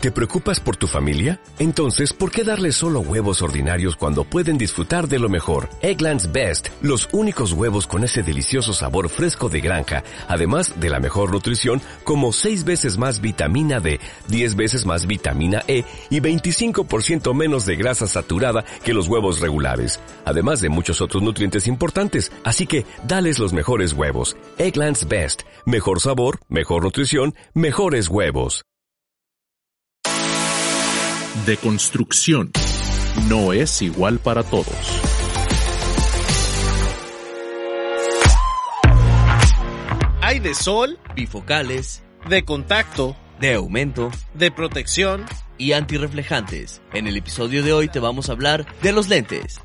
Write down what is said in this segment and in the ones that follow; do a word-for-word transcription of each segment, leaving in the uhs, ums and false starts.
¿Te preocupas por tu familia? Entonces, ¿por qué darles solo huevos ordinarios cuando pueden disfrutar de lo mejor? Eggland's Best, los únicos huevos con ese delicioso sabor fresco de granja, además de la mejor nutrición, como seis veces más vitamina D, diez veces más vitamina E y veinticinco por ciento menos de grasa saturada que los huevos regulares, además de muchos otros nutrientes importantes. Así que, dales los mejores huevos. Eggland's Best, mejor sabor, mejor nutrición, mejores huevos. Deconstrucción. No es igual para todos. Hay de sol, bifocales, de contacto, de aumento, de protección y antirreflejantes. En el episodio de hoy te vamos a hablar de los lentes.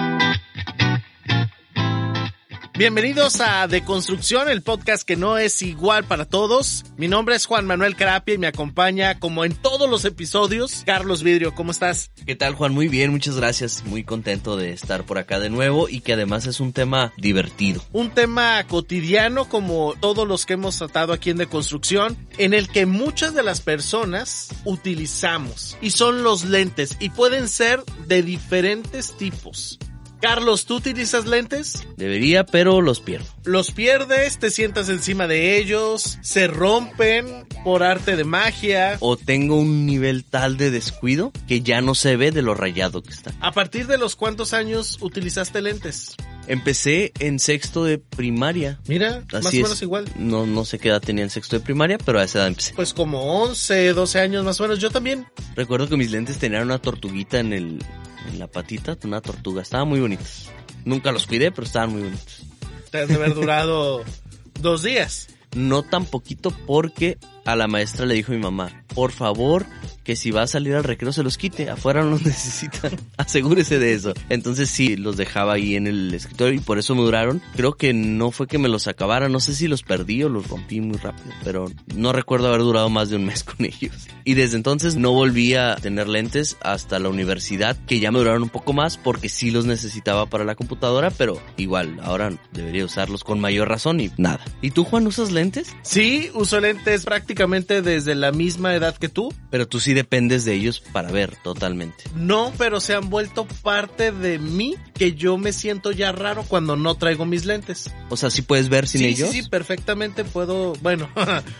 Bienvenidos a Deconstrucción, el podcast que no es igual para todos. Mi nombre es Juan Manuel Carapia y me acompaña, como en todos los episodios, Carlos Vidrio. ¿Cómo estás? ¿Qué tal, Juan? Muy bien, muchas gracias. Muy contento de estar por acá de nuevo y que además es un tema divertido. Un tema cotidiano, como todos los que hemos tratado aquí en Deconstrucción, en el que muchas de las personas utilizamos, y son los lentes, y pueden ser de diferentes tipos. Carlos, ¿tú utilizas lentes? Debería, pero los pierdo. Los pierdes, te sientas encima de ellos, se rompen por arte de magia. O tengo un nivel tal de descuido que ya no se ve de lo rayado que está. ¿A partir de los cuántos años utilizaste lentes? Empecé en sexto de primaria. Mira, Así más o menos igual. No, no sé qué edad tenía en sexto de primaria, pero a esa edad empecé. Pues como once, doce años más o menos, yo también. Recuerdo que mis lentes tenían una tortuguita en el... en la patita, una tortuga. Estaban muy bonitos. Nunca los cuidé, pero estaban muy bonitos. Te has de haber durado dos días. No tan poquito, porque a la maestra le dijo mi mamá, por favor, que si va a salir al recreo se los quite, afuera no los necesitan, asegúrese de eso. Entonces sí, los dejaba ahí en el escritorio y por eso me duraron. Creo que no fue que me los acabara, no sé si los perdí o los rompí muy rápido, pero no recuerdo haber durado más de un mes con ellos. Y desde entonces no volví a tener lentes hasta la universidad, que ya me duraron un poco más porque sí los necesitaba para la computadora, pero igual, ahora debería usarlos con mayor razón y nada. ¿Y tú, Juan, usas lentes? Sí, uso lentes prácticamente desde la misma edad que tú. Pero tú sí dependes de ellos para ver totalmente. No, pero se han vuelto parte de mí, que yo me siento ya raro cuando no traigo mis lentes. O sea, ¿sí puedes ver sin sí, ellos? Sí, sí, perfectamente puedo, bueno,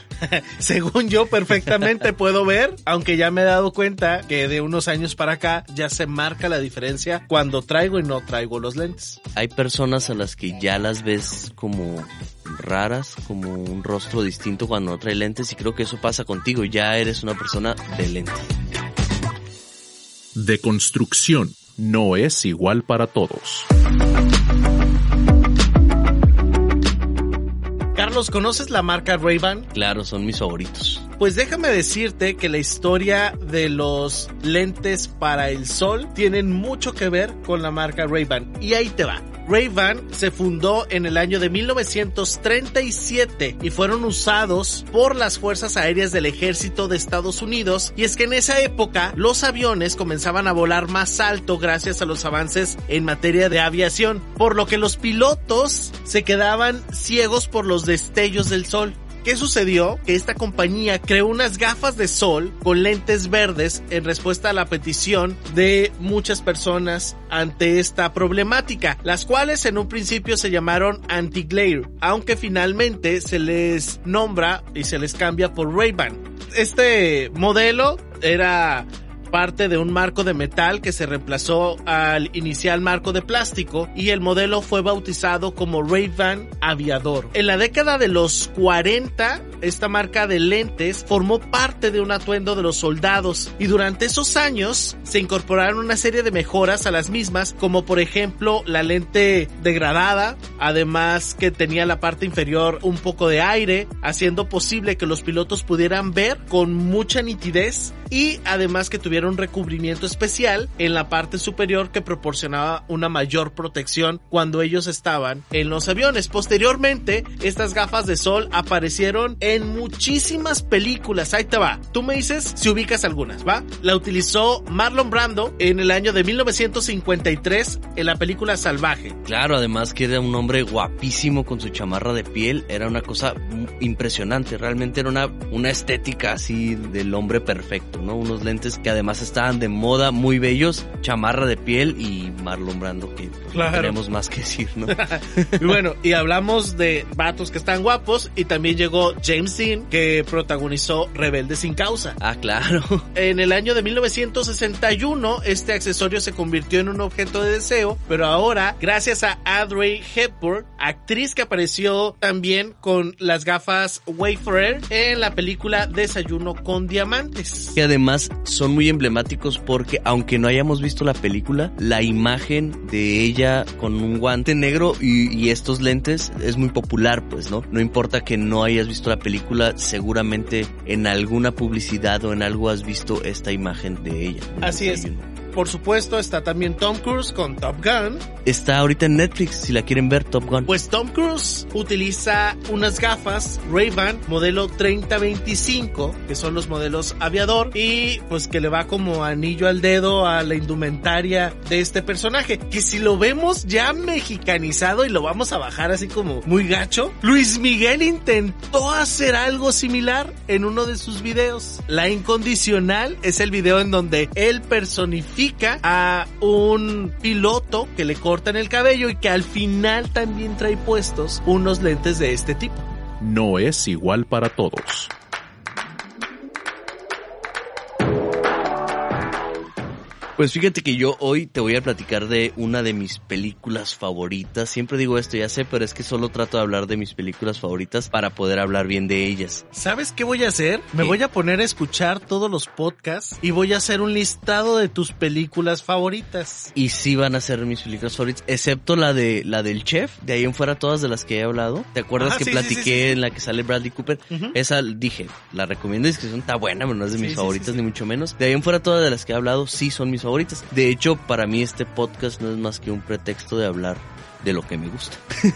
según yo perfectamente puedo ver, aunque ya me he dado cuenta que de unos años para acá ya se marca la diferencia cuando traigo y no traigo los lentes. Hay personas a las que ya las ves como raras, como un rostro distinto cuando no trae lentes, y creo que eso pasa contigo, ya eres una persona de lentes. Deconstrucción. No es igual para todos. Carlos, ¿conoces la marca Ray-Ban? Claro, son mis favoritos. Pues déjame decirte que la historia de los lentes para el sol tienen mucho que ver con la marca Ray-Ban. Y ahí te va. Ray-Ban se fundó en el año de mil novecientos treinta y siete y fueron usados por las Fuerzas Aéreas del Ejército de Estados Unidos. Y es que en esa época los aviones comenzaban a volar más alto gracias a los avances en materia de aviación, por lo que los pilotos se quedaban ciegos por los destellos del sol. ¿Qué sucedió? Que esta compañía creó unas gafas de sol con lentes verdes en respuesta a la petición de muchas personas ante esta problemática, las cuales en un principio se llamaron anti-glare, aunque finalmente se les nombra y se les cambia por Ray-Ban. Este modelo era parte de un marco de metal que se reemplazó al inicial marco de plástico, y el modelo fue bautizado como Ray-Ban Aviador. En la década de los cuarenta, esta marca de lentes formó parte de un atuendo de los soldados, y durante esos años se incorporaron una serie de mejoras a las mismas, como por ejemplo la lente degradada, además que tenía la parte inferior un poco de aire, haciendo posible que los pilotos pudieran ver con mucha nitidez, y además que tuvieran tuviera un recubrimiento especial en la parte superior que proporcionaba una mayor protección cuando ellos estaban en los aviones. Posteriormente, estas gafas de sol aparecieron en muchísimas películas. Ahí te va. Tú me dices si ubicas algunas, ¿va? La utilizó Marlon Brando en el año de mil novecientos cincuenta y tres en la película Salvaje. Claro, además que era un hombre guapísimo con su chamarra de piel. Era una cosa impresionante. Realmente era una, una estética así del hombre perfecto, ¿no? Unos lentes que además estaban de moda, muy bellos, chamarra de piel y Marlon Brando, que pues, claro, no tenemos más que decir, ¿no? Y bueno, y hablamos de vatos que están guapos, y también llegó James Dean, que protagonizó Rebelde sin causa. Ah, claro. En el año de mil novecientos sesenta y uno, este accesorio se convirtió en un objeto de deseo, pero ahora, gracias a Audrey Hepburn, actriz que apareció también con las gafas Wayfarer en la película Desayuno con Diamantes. Que además son muy emblemáticos porque, aunque no hayamos visto la película, la imagen de ella con un guante negro y, y estos lentes es muy popular, pues, ¿no? No importa que no hayas visto la película, seguramente en alguna publicidad o en algo has visto esta imagen de ella. Así es. Por supuesto, está también Tom Cruise con Top Gun. Está ahorita en Netflix, si la quieren ver, Top Gun. Pues Tom Cruise utiliza unas gafas Ray-Ban modelo treinta veinticinco, que son los modelos aviador, y pues que le va como anillo al dedo a la indumentaria de este personaje, que si lo vemos ya mexicanizado y lo vamos a bajar así como muy gacho, Luis Miguel intentó hacer algo similar en uno de sus videos. La Incondicional es el video en donde él personifica a un piloto que le cortan el cabello y que al final también trae puestos unos lentes de este tipo. No es igual para todos. Pues fíjate que yo hoy te voy a platicar de una de mis películas favoritas. Siempre digo esto, ya sé, pero es que solo trato de hablar de mis películas favoritas para poder hablar bien de ellas. ¿Sabes qué voy a hacer? Me ¿Qué? voy a poner a escuchar todos los podcasts y voy a hacer un listado de tus películas favoritas. Y sí van a ser mis películas favoritas, excepto la de la del chef, de ahí en fuera todas de las que he hablado. ¿Te acuerdas Ajá, que sí, platiqué sí, sí, sí. en la que sale Bradley Cooper? Uh-huh. Esa dije, la recomiendo, discreción, está buena, pero no es de mis sí, favoritas sí, sí, sí. ni mucho menos. De ahí en fuera todas de las que he hablado sí son mis favoritas. De hecho, para mí este podcast no es más que un pretexto de hablar de lo que me gusta.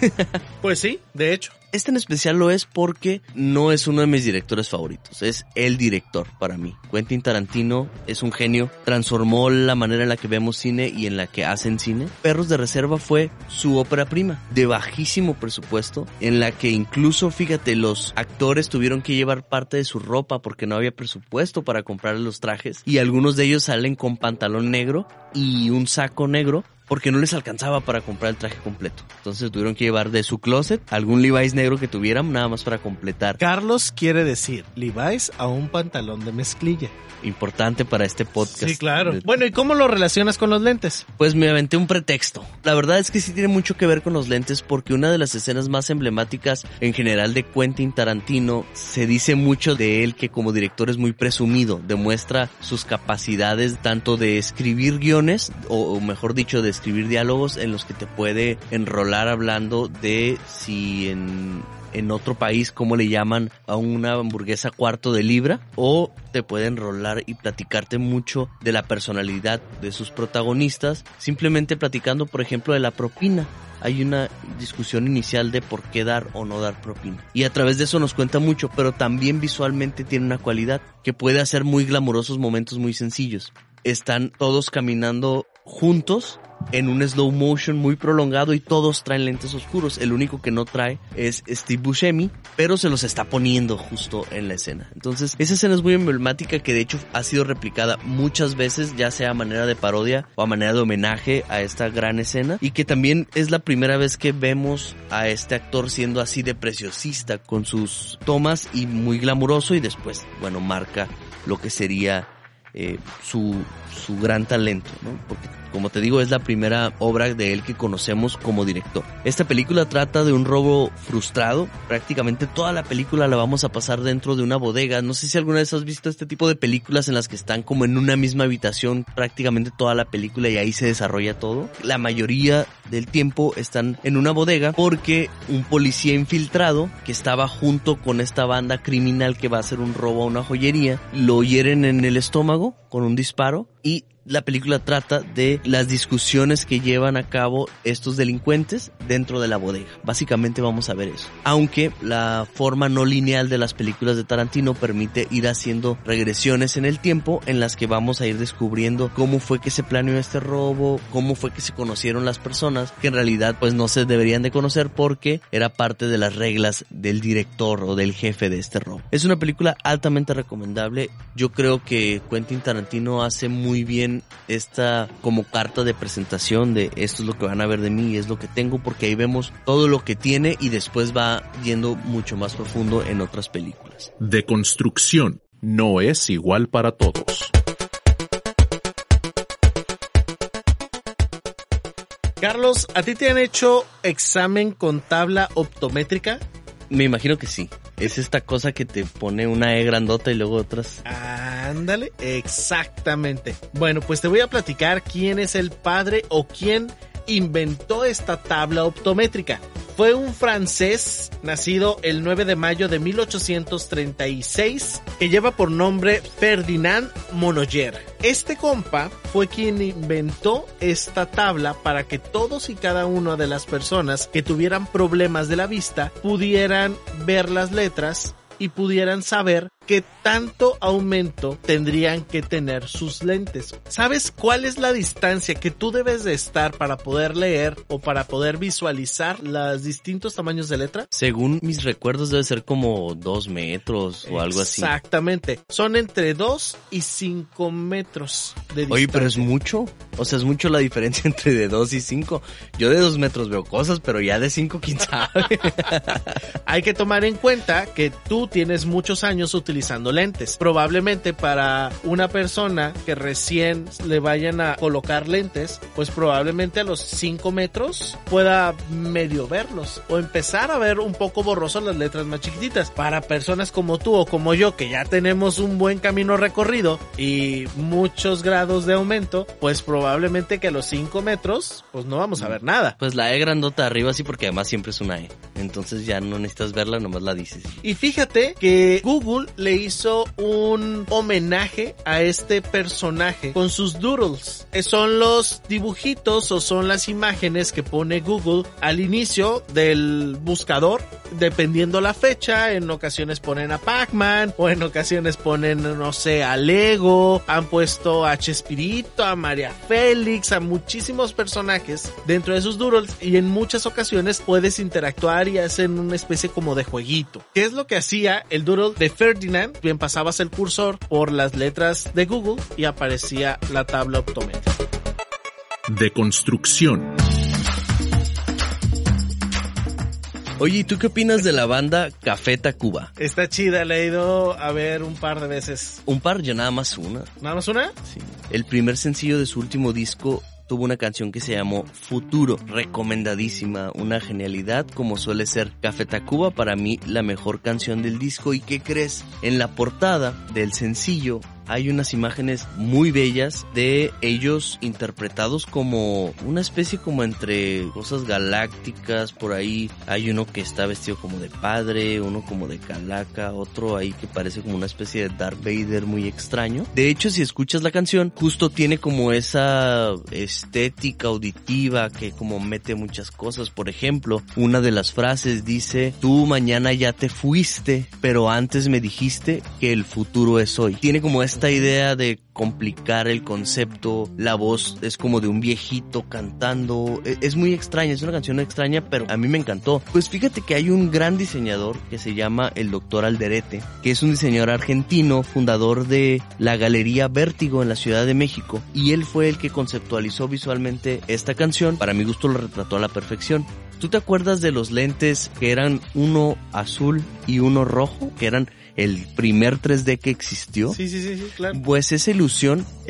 Pues sí, de hecho. Este en especial lo es porque no es uno de mis directores favoritos, es el director para mí. Quentin Tarantino es un genio, transformó la manera en la que vemos cine y en la que hacen cine. Perros de Reserva fue su ópera prima, de bajísimo presupuesto, en la que incluso, fíjate, los actores tuvieron que llevar parte de su ropa porque no había presupuesto para comprar los trajes, y algunos de ellos salen con pantalón negro y un saco negro porque no les alcanzaba para comprar el traje completo. Entonces tuvieron que llevar de su closet algún Levi's negro que tuvieran, nada más para completar. Carlos quiere decir Levi's a un pantalón de mezclilla. Importante para este podcast. Sí, claro. Bueno, ¿y cómo lo relacionas con los lentes? Pues me aventé un pretexto. La verdad es que sí tiene mucho que ver con los lentes, porque una de las escenas más emblemáticas en general de Quentin Tarantino, se dice mucho de él que como director es muy presumido, demuestra sus capacidades tanto de escribir guiones, o, o mejor dicho, de escribir diálogos en los que te puede enrolar hablando de si en... en otro país, cómo le llaman a una hamburguesa cuarto de libra, o te puede enrolar y platicarte mucho de la personalidad de sus protagonistas, simplemente platicando, por ejemplo, de la propina. Hay una discusión inicial de por qué dar o no dar propina. Y a través de eso nos cuenta mucho, pero también visualmente tiene una cualidad que puede hacer muy glamurosos momentos muy sencillos. Están todos caminando juntos en un slow motion muy prolongado y todos traen lentes oscuros. El único que no trae es Steve Buscemi, pero se los está poniendo justo en la escena. Entonces, esa escena es muy emblemática, que de hecho ha sido replicada muchas veces, ya sea a manera de parodia o a manera de homenaje a esta gran escena, y que también es la primera vez que vemos a este actor siendo así de preciosista con sus tomas y muy glamuroso, y después, bueno, marca lo que sería eh, su, su gran talento, ¿no? Porque, como te digo, es la primera obra de él que conocemos como director. Esta película trata de un robo frustrado. Prácticamente toda la película la vamos a pasar dentro de una bodega. No sé si alguna vez has visto este tipo de películas en las que están como en una misma habitación prácticamente toda la película y ahí se desarrolla todo. La mayoría del tiempo están en una bodega porque un policía infiltrado que estaba junto con esta banda criminal que va a hacer un robo a una joyería, lo hieren en el estómago fuego con un disparo y la película trata de las discusiones que llevan a cabo estos delincuentes dentro de la bodega. Básicamente vamos a ver eso. Aunque la forma no lineal de las películas de Tarantino permite ir haciendo regresiones en el tiempo en las que vamos a ir descubriendo cómo fue que se planeó este robo, cómo fue que se conocieron las personas, que en realidad pues no se deberían de conocer porque era parte de las reglas del director o del jefe de este robo. Es una película altamente recomendable. Yo creo que Quentin Tarantino hace muy bien esta como carta de presentación de esto es lo que van a ver de mí y es lo que tengo, porque ahí vemos todo lo que tiene y después va yendo mucho más profundo en otras películas. Deconstrucción no es igual para todos. Carlos, ¿a ti te han hecho examen con tabla optométrica? Me imagino que sí. Es esta cosa que te pone una E grandota y luego otras. Ándale, exactamente. Bueno, pues te voy a platicar quién es el padre o quién inventó esta tabla optométrica. Fue un francés nacido el nueve de mayo de mil ochocientos treinta y seis que lleva por nombre Ferdinand Monnoyer. Este compa fue quien inventó esta tabla para que todos y cada una de las personas que tuvieran problemas de la vista pudieran ver las letras y pudieran saber qué tanto aumento tendrían que tener sus lentes. ¿Sabes cuál es la distancia que tú debes de estar para poder leer o para poder visualizar los distintos tamaños de letra? Según mis recuerdos debe ser como dos metros o algo así. Exactamente. Son entre dos y cinco metros de distancia. Oye, pero es mucho. O sea, es mucho la diferencia entre de dos y cinco. Yo de dos metros veo cosas, pero ya de cinco, quién sabe. Hay que tomar en cuenta que tú tienes muchos años utilizando lentes. Probablemente para una persona que recién le vayan a colocar lentes, pues probablemente a los cinco metros pueda medio verlos o empezar a ver un poco borroso las letras más chiquititas. Para personas como tú o como yo, que ya tenemos un buen camino recorrido y muchos grados de aumento, pues probablemente que a los cinco metros pues no vamos a ver nada. Pues la E grandota arriba sí, porque además siempre es una E. Entonces ya no necesitas verla, nomás la dices. Y fíjate que Google le hizo un homenaje a este personaje con sus doodles. Son los dibujitos o son las imágenes que pone Google al inicio del buscador, dependiendo la fecha. En ocasiones ponen a Pac-Man o en ocasiones ponen, no sé, a Lego. Han puesto a Chespirito, a María Félix, a muchísimos personajes dentro de sus doodles, y en muchas ocasiones puedes interactuar y hacen una especie como de jueguito. ¿Qué es lo que hacía el doodle de Ferdinand? Bien, pasabas el cursor por las letras de Google y aparecía la tabla optométrica. Deconstrucción. Oye, ¿y tú qué opinas de la banda Café Tacuba? Está chida, la he ido a ver un par de veces. Un par, yo nada más una. ¿Nada más una? Sí. El primer sencillo de su último disco tuvo una canción que se llamó Futuro, recomendadísima, una genialidad como suele ser. Café Tacuba, para mí la mejor canción del disco. ¿Y qué crees? En la portada del sencillo hay unas imágenes muy bellas de ellos interpretados como una especie como entre cosas galácticas. Por ahí hay uno que está vestido como de padre, uno como de calaca, otro ahí que parece como una especie de Darth Vader muy extraño. De hecho, si escuchas la canción, justo tiene como esa estética auditiva que como mete muchas cosas. Por ejemplo, una de las frases dice: tú mañana ya te fuiste, pero antes me dijiste que el futuro es hoy. Tiene como esta idea de complicar el concepto, la voz es como de un viejito cantando, es muy extraña, es una canción extraña, pero a mí me encantó. Pues fíjate que hay un gran diseñador que se llama el doctor Alderete, que es un diseñador argentino, fundador de la Galería Vértigo en la Ciudad de México, y él fue el que conceptualizó visualmente esta canción. Para mi gusto lo retrató a la perfección. ¿Tú te acuerdas de los lentes que eran uno azul y uno rojo? Que eran el primer tres D que existió. Sí, sí, sí, sí, claro. Pues esa ilusión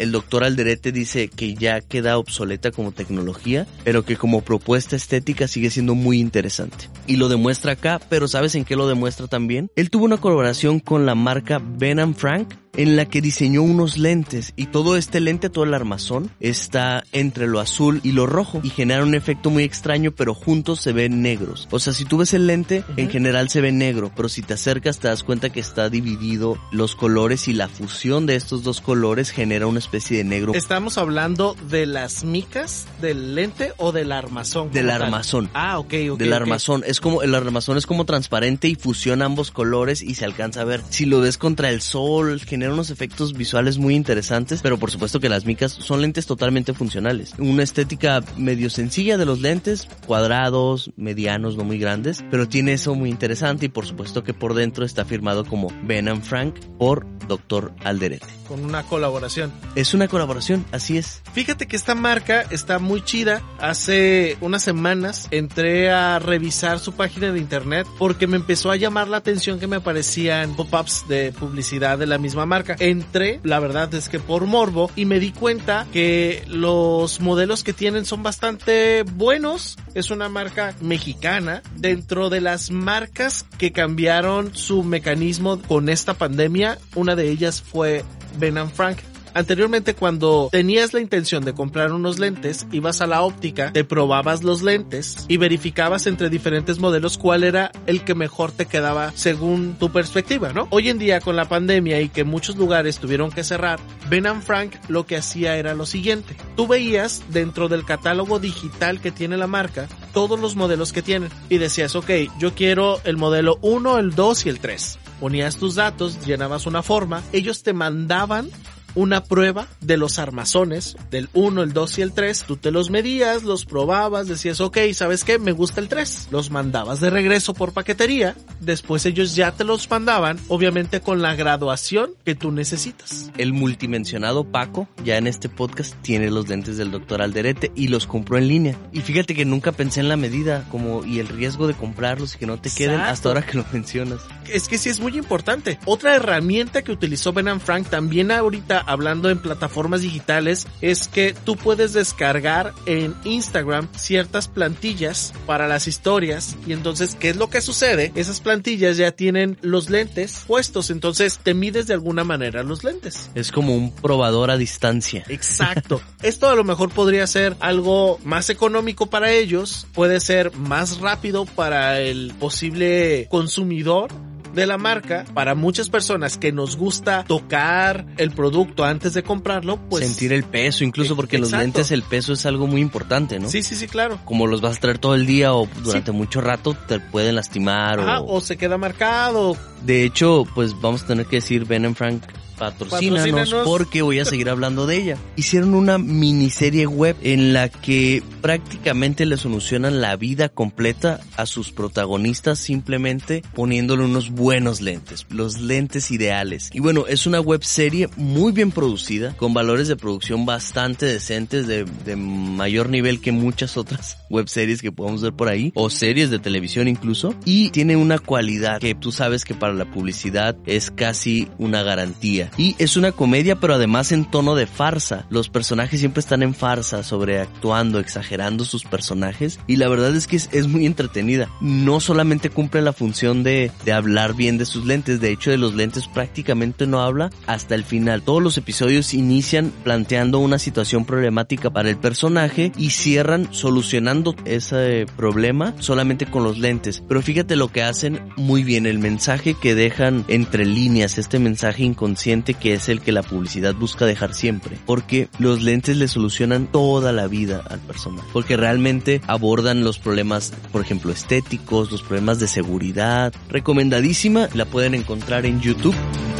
el doctor Alderete dice que ya queda obsoleta como tecnología, pero que como propuesta estética sigue siendo muy interesante. Y lo demuestra acá, pero ¿sabes en qué lo demuestra también? Él tuvo una colaboración con la marca Ben and Frank, en la que diseñó unos lentes, y todo este lente, todo el armazón, está entre lo azul y lo rojo, y genera un efecto muy extraño, pero juntos se ven negros. O sea, si tú ves el lente, uh-huh, en general se ve negro, pero si te acercas te das cuenta que está dividido los colores, y la fusión de estos dos colores genera una especie de negro. ¿Estamos hablando de las micas del lente o del armazón? Del armazón. Ah, ok, ok. Del okay. armazón. Es como, el armazón es como transparente y fusiona ambos colores y se alcanza a ver. Si lo ves contra el sol, genera unos efectos visuales muy interesantes, pero por supuesto que las micas son lentes totalmente funcionales. Una estética medio sencilla de los lentes, cuadrados, medianos, no muy grandes, pero tiene eso muy interesante, y por supuesto que por dentro está firmado como Ben and Frank por doctor Alderete. Con una colaboración. Es una colaboración, así es. Fíjate que esta marca está muy chida. Hace unas semanas entré a revisar su página de internet porque me empezó a llamar la atención que me aparecían pop-ups de publicidad de la misma marca. Entré, la verdad es que por morbo, y me di cuenta que los modelos que tienen son bastante buenos. Es una marca mexicana. Dentro de las marcas que cambiaron su mecanismo con esta pandemia, una de ellas fue Ben and Frank. Anteriormente, cuando tenías la intención de comprar unos lentes, ibas a la óptica, te probabas los lentes y verificabas entre diferentes modelos cuál era el que mejor te quedaba según tu perspectiva, ¿no? Hoy en día, con la pandemia y que muchos lugares tuvieron que cerrar, Ben and Frank lo que hacía era lo siguiente. Tú veías dentro del catálogo digital que tiene la marca todos los modelos que tienen y decías, ok, yo quiero el modelo uno, el dos y el tres. Ponías tus datos, llenabas una forma, ellos te mandaban una prueba de los armazones del uno, el dos y el tres. Tú te los medías, los probabas, decías, ok, ¿sabes qué? Me gusta el tres. Los mandabas de regreso por paquetería. Después ellos ya te los mandaban, obviamente con la graduación que tú necesitas. El multimensionado Paco, ya en este podcast, tiene los lentes del doctor Alderete y los compró en línea. Y fíjate que nunca pensé en la medida como y el riesgo de comprarlos y que no te queden. Exacto. Hasta ahora que lo mencionas. Es que sí es muy importante. Otra herramienta que utilizó Ben and Frank, también ahorita hablando en plataformas digitales, es que tú puedes descargar en Instagram ciertas plantillas para las historias, y entonces, ¿qué es lo que sucede? Esas plantillas ya tienen los lentes puestos, entonces te mides de alguna manera los lentes. Es como un probador a distancia. Exacto. Esto a lo mejor podría ser algo más económico para ellos, puede ser más rápido para el posible consumidor de la marca. Para muchas personas que nos gusta tocar el producto antes de comprarlo, pues sentir el peso, incluso porque en los lentes el peso es algo muy importante, ¿no? Sí, sí, sí, claro. Como los vas a traer todo el día o durante sí. mucho rato, te pueden lastimar. Ajá, o... o se queda marcado. De hecho, pues vamos a tener que decir Ben and Frank, patrocínanos, patrocínanos porque voy a seguir hablando de ella. Hicieron una miniserie web en la que prácticamente le solucionan la vida completa a sus protagonistas simplemente poniéndole unos buenos lentes, los lentes ideales. Y bueno, es una web serie muy bien producida, con valores de producción bastante decentes, de, de mayor nivel que muchas otras web series que podemos ver por ahí, o series de televisión incluso, y tiene una cualidad que tú sabes que para la publicidad es casi una garantía. Y es una comedia, pero además en tono de farsa. Los personajes siempre están en farsa, sobreactuando, exagerando sus personajes. Y la verdad es que es, es muy entretenida. No solamente cumple la función de, de hablar bien de sus lentes. De hecho, de los lentes prácticamente no habla hasta el final. Todos los episodios inician planteando una situación problemática para el personaje y cierran solucionando ese problema solamente con los lentes. Pero fíjate lo que hacen muy bien. El mensaje que dejan entre líneas, este mensaje inconsciente que es el que la publicidad busca dejar siempre, porque los lentes le solucionan toda la vida al personaje, porque realmente abordan los problemas, por ejemplo, estéticos, los problemas de seguridad. Recomendadísima, la pueden encontrar en YouTube.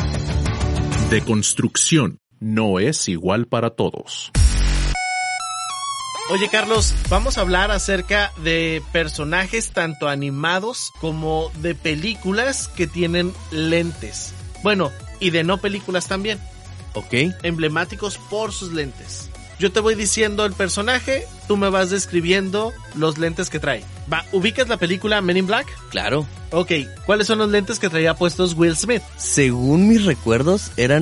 Deconstrucción no es igual para todos. Oye, Carlos, vamos a hablar acerca de personajes tanto animados como de películas que tienen lentes. Bueno, y de no películas también. Ok. Emblemáticos por sus lentes. Yo te voy diciendo el personaje, tú me vas describiendo los lentes que trae. Va, ¿ubicas la película Men in Black? Claro. Ok, ¿cuáles son los lentes que traía puestos Will Smith? Según mis recuerdos, eran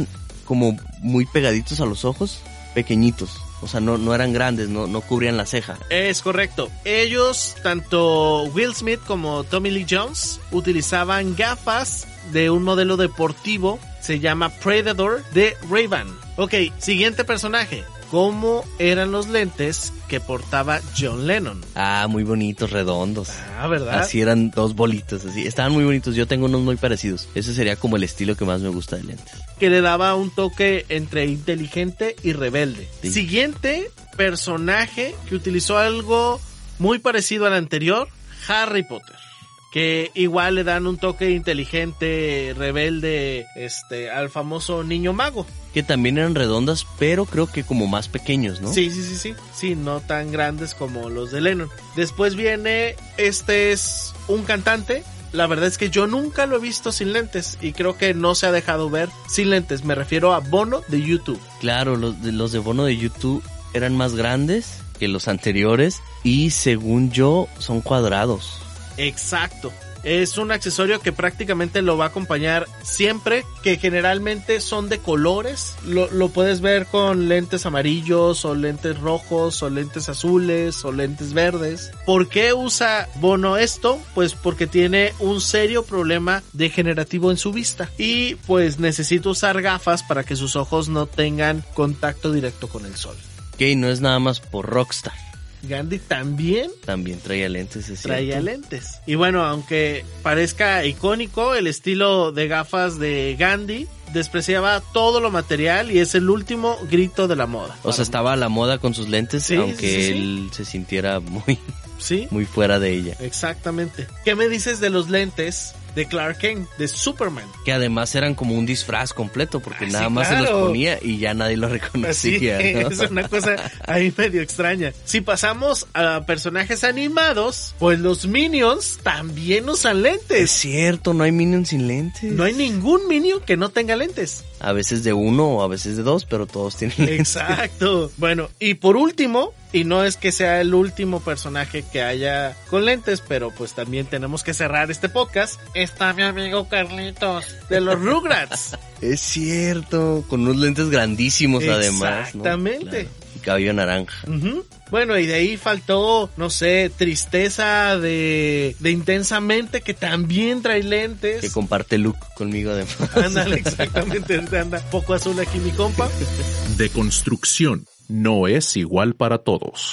como muy pegaditos a los ojos, pequeñitos. O sea, no, no eran grandes, no, no cubrían la ceja. Es correcto. Ellos, tanto Will Smith como Tommy Lee Jones, utilizaban gafas de un modelo deportivo, se llama Predator, de Ray-Ban. Ok, siguiente personaje. ¿Cómo eran los lentes que portaba John Lennon? Ah, muy bonitos, redondos. Ah, ¿verdad? Así eran dos bolitas, así. Estaban muy bonitos. Yo tengo unos muy parecidos. Ese sería como el estilo que más me gusta de lentes. Que le daba un toque entre inteligente y rebelde. Sí. Siguiente personaje que utilizó algo muy parecido al anterior, Harry Potter. Que igual le dan un toque inteligente, rebelde, este, al famoso niño mago. Que también eran redondas, pero creo que como más pequeños, ¿no? Sí, sí, sí, sí. Sí, no tan grandes como los de Lennon. Después viene, este es un cantante. La verdad es que yo nunca lo he visto sin lentes y creo que no se ha dejado ver sin lentes. Me refiero a Bono de YouTube. Claro, los de, los de Bono de YouTube eran más grandes que los anteriores y según yo son cuadrados. Exacto. Es un accesorio que prácticamente lo va a acompañar siempre, que generalmente son de colores. Lo, lo puedes ver con lentes amarillos o lentes rojos o lentes azules o lentes verdes. ¿Por qué usa Bono esto? Pues porque tiene un serio problema degenerativo en su vista y pues necesita usar gafas para que sus ojos no tengan contacto directo con el sol. Ok, no es nada más por Rockstar. Gandhi también También traía lentes, es traía cierto. lentes. Y bueno, aunque parezca icónico, el estilo de gafas de Gandhi despreciaba todo lo material y es el último grito de la moda. O sea, estaba a la moda con sus lentes, sí, aunque sí, sí. él se sintiera muy, ¿sí? muy fuera de ella. Exactamente. ¿Qué me dices de los lentes de Clark Kent, de Superman? Que además eran como un disfraz completo, porque ah, nada sí, más claro. se los ponía y ya nadie lo reconocía, Así, ¿no? Es una cosa ahí medio extraña. Si pasamos a personajes animados, pues los Minions también usan Es lentes. cierto, no hay Minions sin lentes. No hay ningún Minion que no tenga lentes. A veces de uno o a veces de dos, pero todos tienen lentes. Exacto. Bueno, y por último, y no es que sea el último personaje que haya con lentes, pero pues también tenemos que cerrar este podcast, está mi amigo Carlitos de los Rugrats. Es cierto, con unos lentes grandísimos además, ¿no? Exactamente. Claro. Y cabello naranja. Uh-huh. Bueno, y de ahí faltó, no sé, Tristeza de, de Intensamente, que también trae lentes. Que comparte look conmigo además. Ándale, exactamente, anda poco azul aquí mi compa. Deconstrucción no es igual para todos.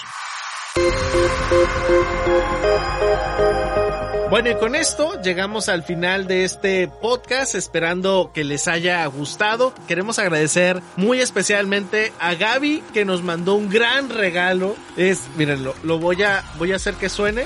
Bueno, y con esto llegamos al final de este podcast, esperando que les haya gustado. Queremos agradecer muy especialmente a Gaby, que nos mandó un gran regalo. Es, mírenlo, lo voy a, voy a hacer que suene.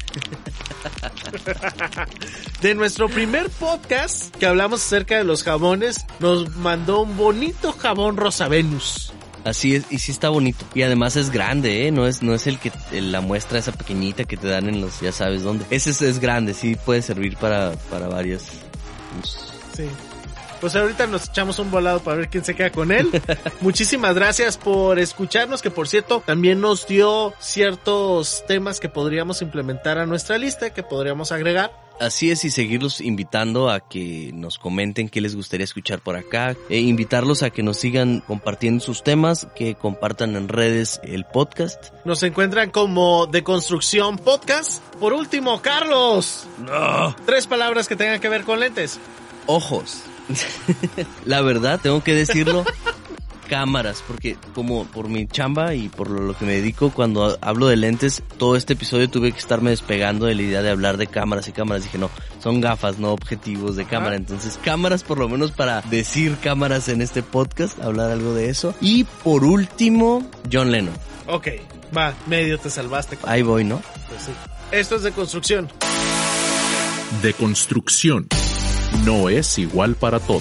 De nuestro primer podcast, que hablamos acerca de los jabones, nos mandó un bonito jabón Rosa Venus. Así es, y sí está bonito. Y además es grande, ¿eh? No es, no es el que, la muestra esa pequeñita que te dan en los, ya sabes dónde. Ese es, es grande, sí puede servir para, para varias. Sí. Pues ahorita nos echamos un volado para ver quién se queda con él. Muchísimas gracias por escucharnos, que por cierto también nos dio ciertos temas que podríamos implementar a nuestra lista, que podríamos agregar. Así es, y seguirlos invitando a que nos comenten qué les gustaría escuchar por acá, e invitarlos a que nos sigan compartiendo sus temas, que compartan en redes el podcast. Nos encuentran como Deconstrucción Podcast. Por último, Carlos. No. Tres palabras que tengan que ver con lentes. Ojos. La verdad, tengo que decirlo. Cámaras, porque como por mi chamba y por lo, lo que me dedico, cuando hablo de lentes, todo este episodio tuve que estarme despegando de la idea de hablar de cámaras y cámaras. Dije, no, son gafas, no objetivos de cámara. Ah. Entonces, cámaras por lo menos para decir cámaras en este podcast, hablar algo de eso. Y por último, John Lennon. Ok, va, medio te salvaste. Ahí voy, ¿no? Pues sí. Esto es Deconstrucción. Deconstrucción no es igual para todos.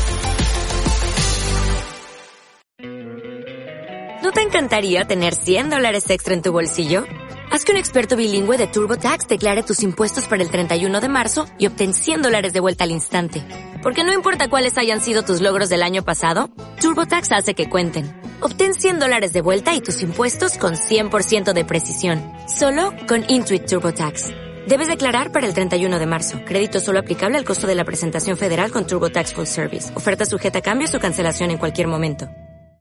¿No te encantaría tener cien dólares extra en tu bolsillo? Haz que un experto bilingüe de TurboTax declare tus impuestos para el treinta y uno de marzo y obtén cien dólares de vuelta al instante. Porque no importa cuáles hayan sido tus logros del año pasado, TurboTax hace que cuenten. Obtén cien dólares de vuelta y tus impuestos con cien por ciento de precisión. Solo con Intuit TurboTax. Debes declarar para el treinta y uno de marzo. Crédito solo aplicable al costo de la presentación federal con TurboTax Full Service. Oferta sujeta a cambios o cancelación en cualquier momento.